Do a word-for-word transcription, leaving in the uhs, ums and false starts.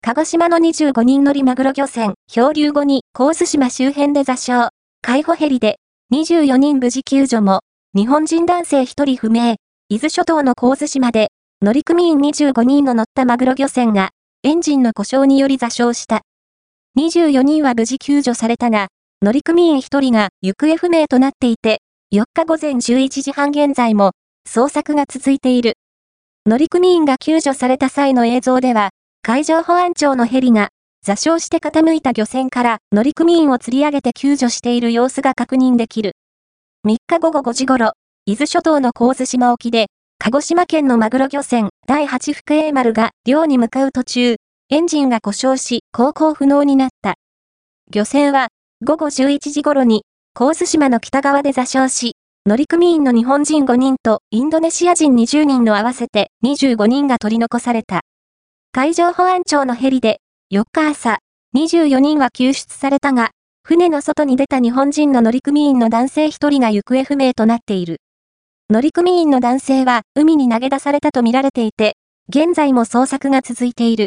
鹿児島のにじゅうごにん乗りマグロ漁船、漂流後に神津島周辺で座礁。海保ヘリでにじゅうよにん無事救助も、日本人男性ひとり不明。伊豆諸島の神津島で、乗組員にじゅうごにんの乗ったマグロ漁船が、エンジンの故障により座礁した。にじゅうよにんは無事救助されたが、乗組員ひとりが行方不明となっていて、よっかごぜんじゅういちじはん現在も、捜索が続いている。乗組員が救助された際の映像では、海上保安庁のヘリが、座礁して傾いた漁船から乗組員を吊り上げて救助している様子が確認できる。みっかごごごじ頃、伊豆諸島の神津島沖で、鹿児島県のマグロ漁船第八福栄丸が漁に向かう途中、エンジンが故障し航行不能になった。漁船はごごじゅういちじ頃に神津島の北側で座礁し、乗組員の日本人ごにんとインドネシア人にじゅうにんの合わせてにじゅうごにんが取り残された。海上保安庁のヘリでよっか朝、にじゅうよにんは救出されたが、船の外に出た日本人の乗組員の男性ひとりが行方不明となっている。乗組員の男性は海に投げ出されたとみられていて、現在も捜索が続いている。